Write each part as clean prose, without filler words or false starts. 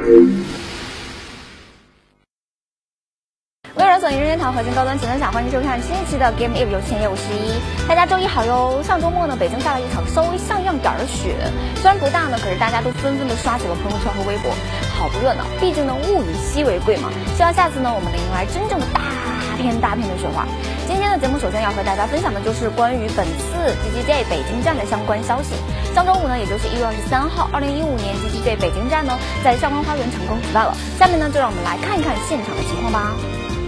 微软索尼任天堂核心高端请分享，欢迎收看新一期的 Game Eve 游戏前夜，我是11。大家周一好哟！上周末呢，北京下了一场稍微像样点的雪，虽然不大呢，可是大家都纷纷的刷起了朋友圈和微博，好不热闹。毕竟呢，物以稀为贵嘛。希望下次呢，我们能迎来真正的大片的雪花。今天的节目首先要和大家分享的就是关于本次 GGJ 北京站的相关消息。上周五呢，也就是1月23号，2015年 GGJ 北京站呢，在上官花园成功举办了。下面呢，就让我们来看一看现场的情况吧。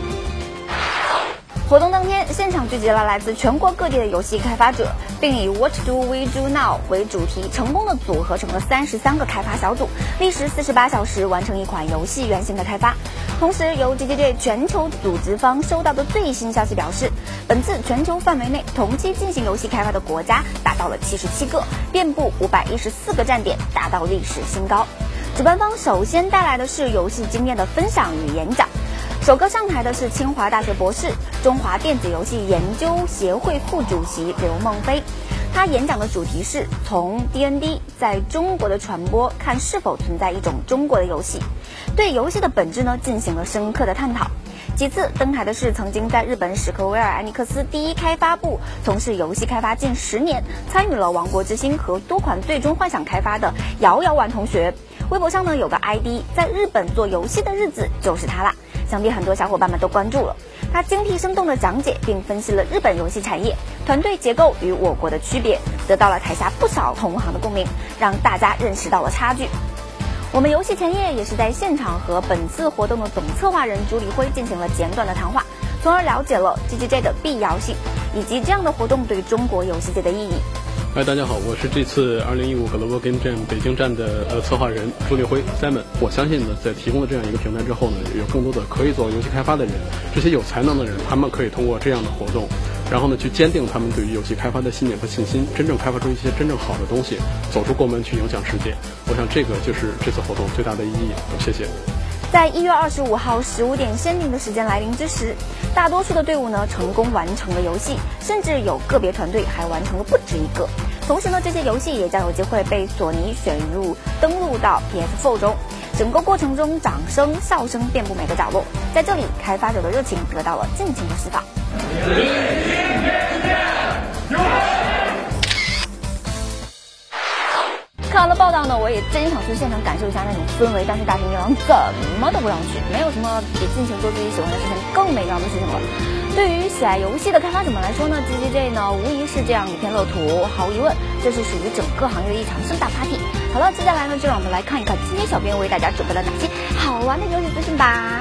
活动当天，现场聚集了来自全国各地的游戏开发者，并以 What do we do now 为主题，成功的组合成了33个开发小组，历时48小时完成一款游戏原型的开发。同时，由 GGJ 全球组织方收到的最新消息表示，本次全球范围内同期进行游戏开发的国家达到了77个，遍布514个站点，达到历史新高。主办方首先带来的是游戏经验的分享与演讲。首个上台的是清华大学博士、中华电子游戏研究协会副主席刘梦飞，他演讲的主题是从 D&D 在中国的传播看是否存在一种中国的游戏，对游戏的本质呢进行了深刻的探讨。其次登台的是曾经在日本史克威尔艾尼克斯第一开发部从事游戏开发近10年，参与了《王国之心》和多款最终幻想开发的姚姚丸同学。微博上呢有个 ID 在日本做游戏的日子就是他啦，想必很多小伙伴们都关注了。他精辟生动的讲解并分析了日本游戏产业团队结构与我国的区别，得到了台下不少同行的共鸣，让大家认识到了差距。我们游戏前夜也是在现场和本次活动的总策划人朱立辉进行了简短的谈话，从而了解了 GGJ 的必要性以及这样的活动对中国游戏界的意义。 嗨，大家好，我是这次2015 Global Game Jam 北京站的策划人朱立辉 Simon。我相信呢，在提供了这样一个平台之后呢，有更多的可以做游戏开发的人，这些有才能的人，他们可以通过这样的活动，然后呢去坚定他们对于游戏开发的信念和信心，真正开发出一些真正好的东西，走出国门去影响世界。我想这个就是这次活动最大的意义。谢谢。 在1月25号15点限定的时间来临之时，大多数的队伍呢成功完成了游戏，甚至有个别团队还完成了不止一个。同时呢，这些游戏也将有机会被索尼登录到 PS4 中。整个过程中，掌声、笑声遍布每个角落。在这里，开发者的热情得到了尽情的释放。看完了报道呢，我也真想去现场感受一下那种氛围，但是大神女郎怎么都不让去，没有什么比尽情做自己喜欢的事情更美妙的事情了。对于喜爱游戏的开发者们来说呢 ，GGJ 呢无疑是这样一片乐土，毫无疑问，这是属于整个行业的一场盛大 party。好了，接下来呢，就让我们来看一看今天小编为大家准备了哪些好玩的游戏资讯吧。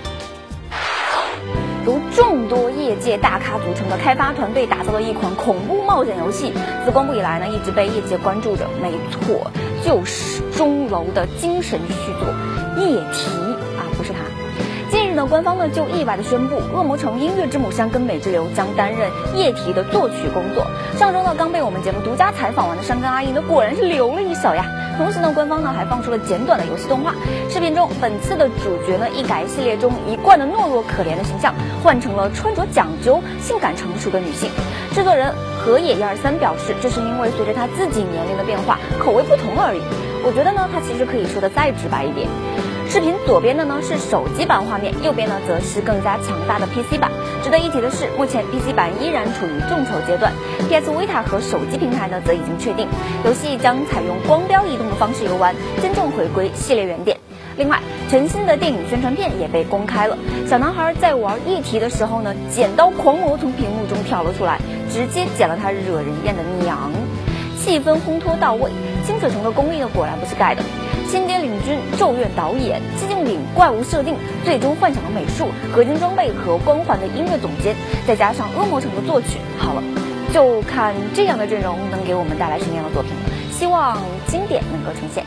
由众多业界大咖组成的开发团队打造了一款恐怖冒险游戏，自公布以来呢，一直被业界关注着。没错，就是钟楼的精神续作《夜啼》啊，不是他。近日呢，官方呢就意外的宣布，恶魔城音乐之母山根美智流将担任《夜啼》的作曲工作。上周呢，刚被我们节目独家采访完的山根阿姨呢，果然是留了一手呀。同时呢，官方呢还放出了简短的游戏动画。视频中，本次的主角呢，一改系列中一贯的懦弱可怜的形象，换成了穿着讲究、性感成熟的女性。制作人河野123表示，这是因为随着他自己年龄的变化，口味不同而已。我觉得呢，他其实可以说的再直白一点。视频左边的呢是手机版画面，右边呢则是更加强大的 PC 版。值得一提的是，目前 PC 版依然处于众筹阶段 ，PS Vita 和手机平台呢则已经确定。游戏将采用光标移动的方式游玩，真正回归系列原点。另外，全新的电影宣传片也被公开了。小男孩在玩夜啼的时候呢，剪刀狂魔从屏幕中跳了出来，直接剪了他惹人厌的娘，气氛烘托到位。清水城的功力呢果然不是盖的。新蝶领军、咒怨导演、寂静岭怪物设定、最终幻想的美术、合金装备和光环的音乐总监，再加上恶魔城的作曲，好了，就看这样的阵容能给我们带来什么样的作品了。希望经典能够呈现。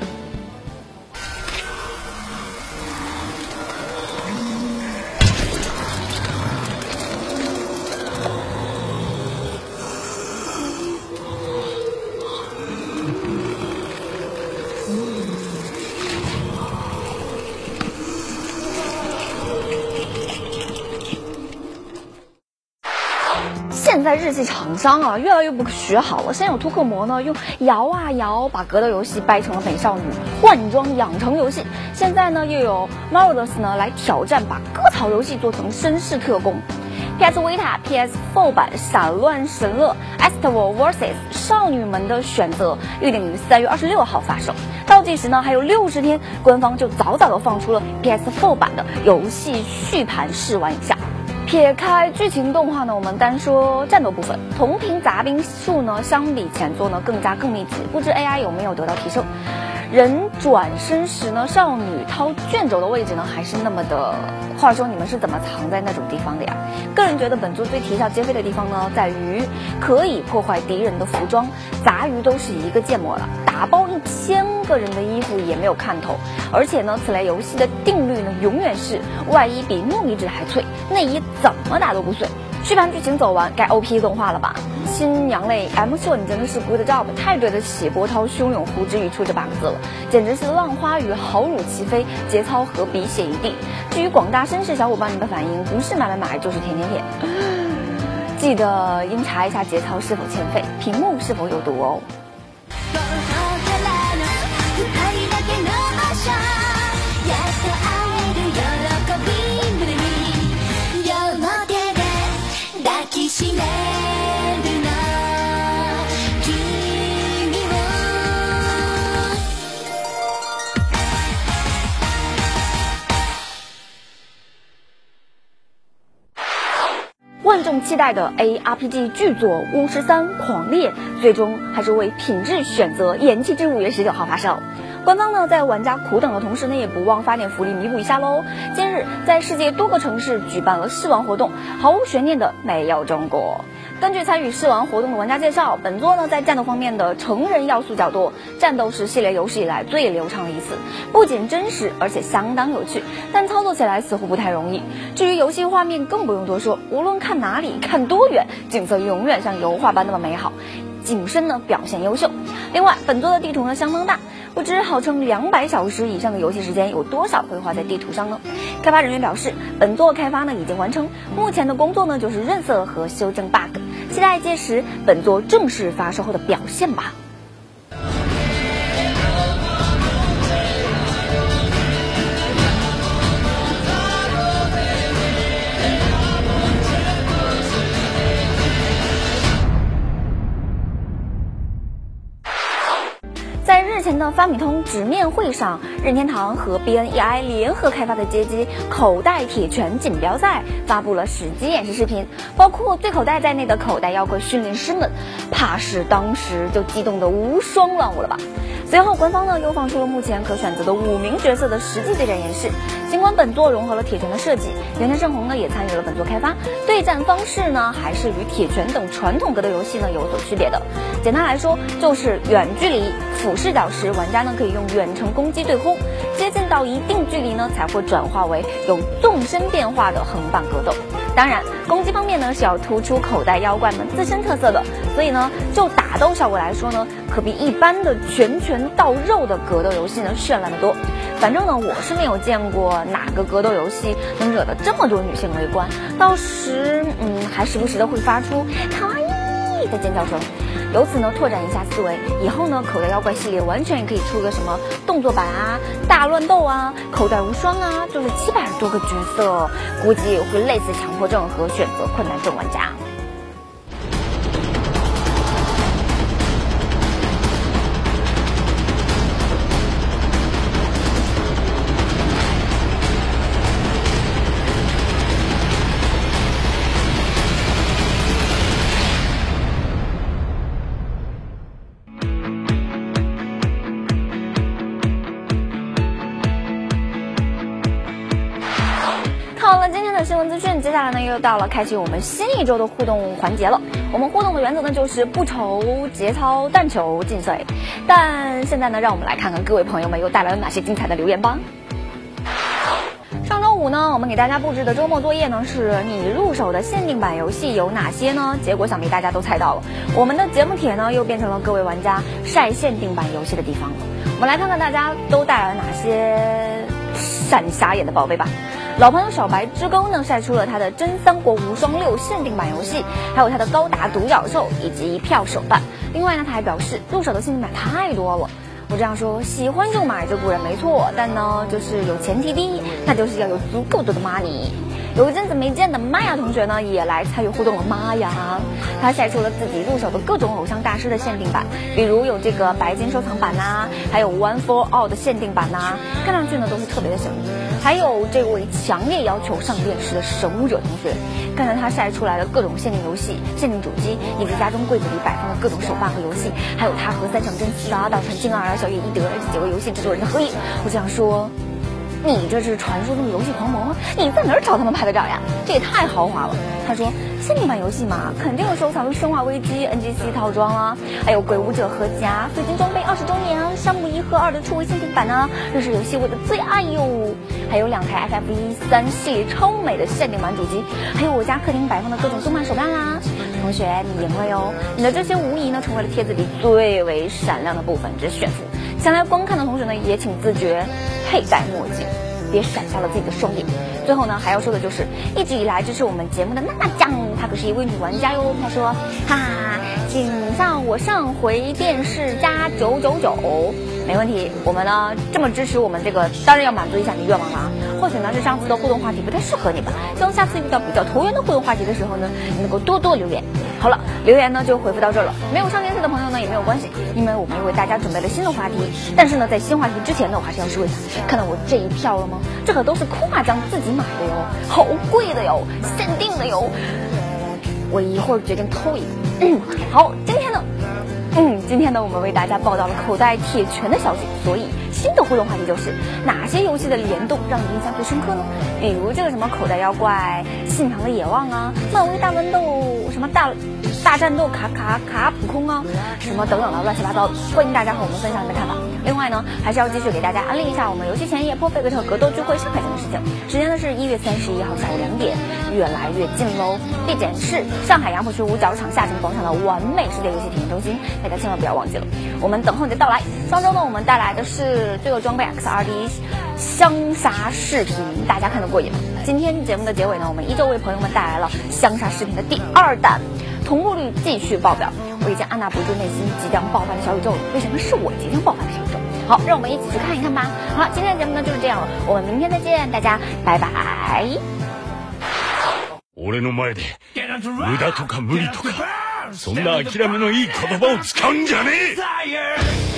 现在日系厂商啊越来越不学好了。先有图克摩呢用摇啊摇把格斗游戏掰成了美少女换装养成游戏，现在呢又有 Marvelous 呢来挑战把割草游戏做成绅士特工。PS Vita、PS4 版《闪乱神乐 Estival vs 少女们的选择》预定于3月26号发售，倒计时呢还有60天，官方就早早的放出了 PS4 版的游戏续盘试玩影像。撇开剧情动画呢，我们单说战斗部分，同屏杂兵数呢相比前作呢更密集，不知 AI 有没有得到提升。人转身时呢，少女掏卷轴的位置呢还是那么的，话说你们是怎么藏在那种地方的呀？个人觉得本作最啼笑皆非的地方呢，在于可以破坏敌人的服装，杂鱼都是一个建模了，打爆1000个人的衣服也没有看头。而且呢，此类游戏的定律呢，永远是外衣比糯米纸还脆，内衣怎么打都不碎。续盘剧情走完，该 OP 动画了吧？新娘类 M 社，你真的是 good job， 太对得起波涛汹涌呼之欲出这8个字了，简直是浪花与豪乳齐飞，节操和鼻血一地。至于广大绅士小伙伴们的反应，不是买就是舔，记得应查一下节操是否欠费，屏幕是否有毒哦。万众期待的 ARPG 巨作《巫师3狂猎》最终还是为品质选择延期至5月19号发售。官方呢在玩家苦等的同时呢，也不忘发点福利弥补一下喽。今日在世界多个城市举办了试玩活动，毫无悬念的没有中国。根据参与试玩活动的玩家介绍，本作呢在战斗方面的成人要素较多，战斗是系列有史以来最流畅的一次，不仅真实而且相当有趣，但操作起来似乎不太容易。至于游戏画面更不用多说，无论看哪里看多远，景色永远像油画般那么美好，景深呢表现优秀。另外本作的地图呢相当大，不知号称200小时以上的游戏时间有多少会花在地图上呢？开发人员表示，本作开发呢已经完成，目前的工作呢就是润色和修正 bug， 期待届时本作正式发售后的表现吧。在日前的发米通直面会上，任天堂和 BNEI 联合开发的街机口袋铁拳锦标赛发布了实机演示视频，包括最口袋在内的口袋妖怪训练师们，怕是当时就激动的无双乱舞了吧。随后官方呢又放出了目前可选择的5名角色的实际对战演示。尽管本作融合了铁拳的设计，原田胜宏呢也参与了本作开发，对战方式呢还是与铁拳等传统格斗游戏呢有所区别的。简单来说，就是远距离俯视角时，玩家呢可以用远程攻击对轰，接近到一定距离呢才会转化为有纵深变化的横版格斗。当然攻击方面呢是要突出口袋妖怪们自身特色的，所以呢就打斗效果来说呢，可比一般的拳拳到肉的格斗游戏呢绚烂得多。反正呢我是没有见过哪个格斗游戏能惹得这么多女性围观，到时还时不时的会发出卡哇伊的尖叫声。由此呢拓展一下思维，以后呢口袋妖怪系列完全也可以出个什么动作版啊、大乱斗啊、口袋无双啊，就是700多个角色，估计也会累死强迫症和选择困难症玩家。好了，今天的新闻资讯，接下来呢又到了开启我们新一周的互动环节了。我们互动的原则呢就是不愁节操，但求尽碎。但现在呢，让我们来看看各位朋友们又带来了哪些精彩的留言吧。上周五呢，我们给大家布置的周末作业呢是你入手的限定版游戏有哪些呢？结果想必大家都猜到了，我们的节目帖呢又变成了各位玩家晒限定版游戏的地方了。我们来看看大家都带来了哪些闪瞎眼的宝贝吧。 老朋友小白之钩呢晒出了他的真三国无双6限定版游戏，还有他的高达独角兽以及一票手办。另外呢，他还表示入手的限定版太多了。我这样说，喜欢就买，这固然没错，但呢，就是有前提的，那就是要有足够多的 money。有一阵子没见的玛雅同学呢，也来参与互动了。玛雅，他晒出了自己入手的各种偶像大师的限定版，比如有这个白金收藏版呐，还有 One for All 的限定版呐，看上去呢都是特别的神秘。还有这位强烈要求上电视的神武者同学，看看他晒出来的各种限定游戏、限定主机，以及家中柜子里摆放的各种手办和游戏，还有他和三上真司啊、岛川静二啊、小野一德这几位游戏制作人的合影。我这样说，你这是传说中的游戏狂魔吗？你在哪儿找他们拍的照呀？这也太豪华了。他说限定版游戏嘛，肯定有收藏生化危机 NGC 套装啊，还有鬼武者合家、水晶装备20周年、山姆1和2的初回限定版啊，这是游戏我的最爱哟。还有2台 FF13系列超美的限定版主机，还有我家客厅摆放的各种动漫手办啦。同学，你赢了哟！你的这些无疑呢，成为了帖子里最为闪亮的部分之炫富。想来观看的同学呢，也请自觉佩戴墨镜，别闪瞎了自己的双眼。最后呢，还要说的就是一直以来支持我们节目的娜娜酱，她可是一位女玩家哟。她说，哈哈，请让我上回电视加999，没问题。我们呢这么支持我们这个，当然要满足一下你的愿望啦。或许呢是上次的互动话题不太适合你吧，希望下次遇到比较投缘的互动话题的时候呢，你能够多多留言。好了，留言呢就回复到这儿了。没有上电视的朋友呢也没有关系，因为我们又为大家准备了新的话题。但是呢，在新话题之前呢，我还是要说一下，看到我这一票了吗？这可都是夸张自己买的哟，好贵的哟，限定的哟。我一会儿决定偷一个。好，今天呢，我们为大家报道了口袋铁拳的消息，所以新的互动话题就是哪些游戏的联动让你印象最深刻呢？比如这个什么口袋妖怪、信长的野望啊、漫威大乱斗、什么大战斗卡普空啊，什么等等的乱七八糟的，欢迎大家和我们分享你的看法。另外呢，还是要继续给大家安利一下我们游戏前夜 Perfect 格斗聚会上海站的事情。时间呢是1月31号下午2点，越来越近喽。地点是上海杨浦区五角场下城广场的完美世界游戏体验中心，大家千万不要忘记了。我们等候你的到来。双周呢，我们带来的是罪恶装备 XRD 香沙视频，大家看得过瘾吗？今天节目的结尾呢，我们依旧为朋友们带来了香沙视频的第2弹，同步率继续爆表。我已经按捺不住内心即将爆发的小宇宙了，为什么是我即将爆发的小宇宙？好，让我们一起去看一看吧。好了，今天的节目呢就是这样了，我们明天再见，大家拜拜。 俺の前で無駄とか無理とかそんな諦めのいい言葉を使うんじゃねえ。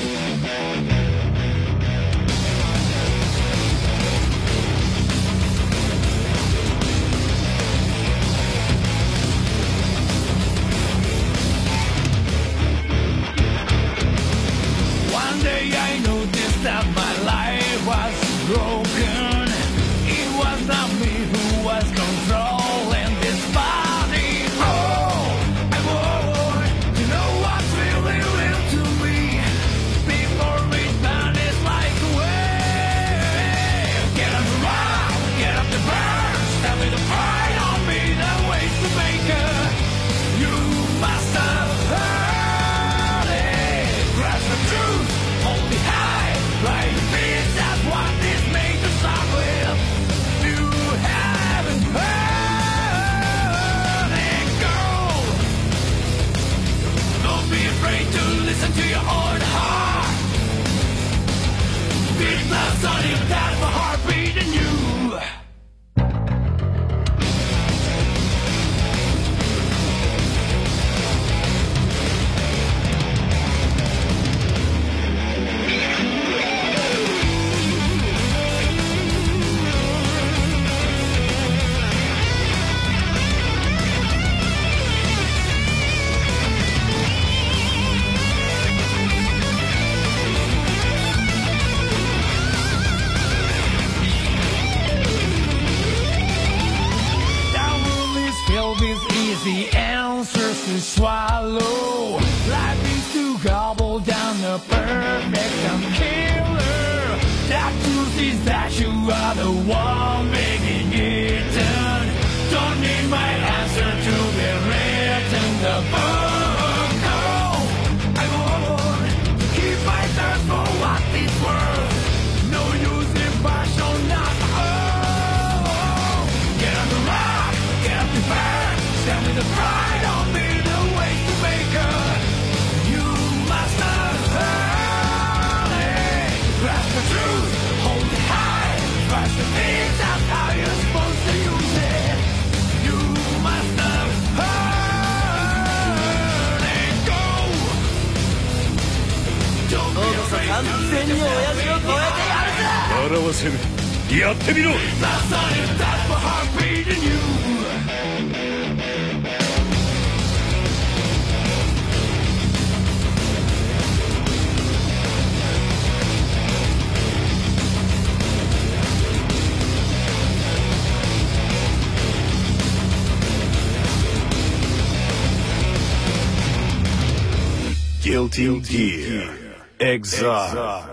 The answers to swallow. Life is to gobble down the perfect killer. That truth is that you are the one being eaten. Don't need my answer to be written the book. Oh, I want to keep my thirst for what it's worth. No use if I shall not. Oh. こそ完全に親父を超えてやるぜ。 笑わせる。やってみろ。Guilty Gear Exile.